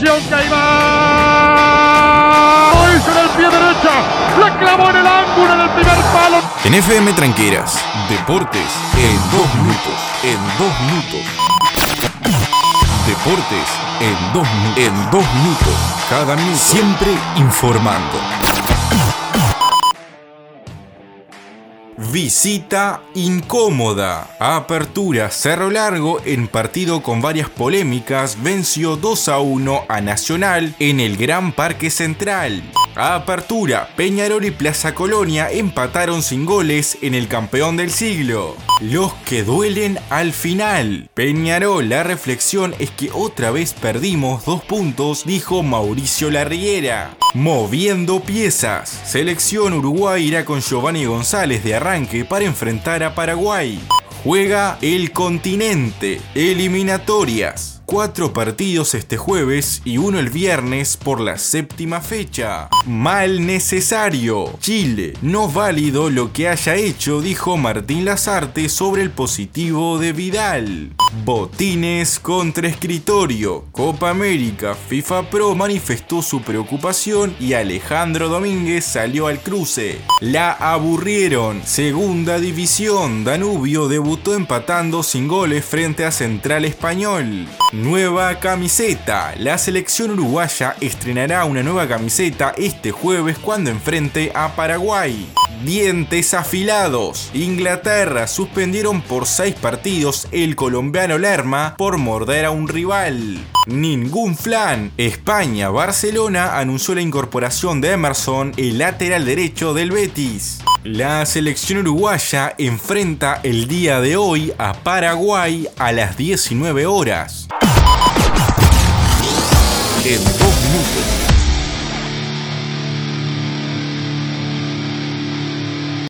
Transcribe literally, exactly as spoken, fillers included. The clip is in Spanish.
Atención que ahí va. Lo hizo en el pie derecha. La clavó en el ángulo en el primer palo. En F M Tranqueras, deportes en dos minutos. En dos minutos. Deportes en dos minutos. En dos minutos. Cada minuto. Siempre informando. Visita incómoda. Apertura Cerro Largo, en partido con varias polémicas, venció dos a uno a Nacional en el Gran Parque Central. Apertura Peñarol y Plaza Colonia empataron sin goles en el campeón del siglo. Los que duelen al final. Peñarol, la reflexión es que otra vez perdimos dos puntos, dijo Mauricio Larriera. Moviendo piezas. Selección Uruguay irá con Giovanni González de arranque para enfrentar a Paraguay. Juega el continente. Eliminatorias. Cuatro partidos este jueves y uno el viernes por la séptima fecha. Mal necesario. Chile, no válido lo que haya hecho, dijo Martín Lazarte sobre el positivo de Vidal. Botines contra escritorio. Copa América, FIFA Pro manifestó su preocupación y Alejandro Domínguez salió al cruce. La aburrieron. Segunda división. Danubio debutó empatando sin goles frente a Central Español. Nueva camiseta. La selección uruguaya estrenará una nueva camiseta este jueves cuando enfrente a Paraguay. Dientes afilados. Inglaterra suspendieron por seis partidos el colombiano Lerma por morder a un rival. Ningún flan. España, Barcelona anunció la incorporación de Emerson, el lateral derecho del Betis. La selección uruguaya enfrenta el día de hoy a Paraguay a las diecinueve horas. En dos minutos.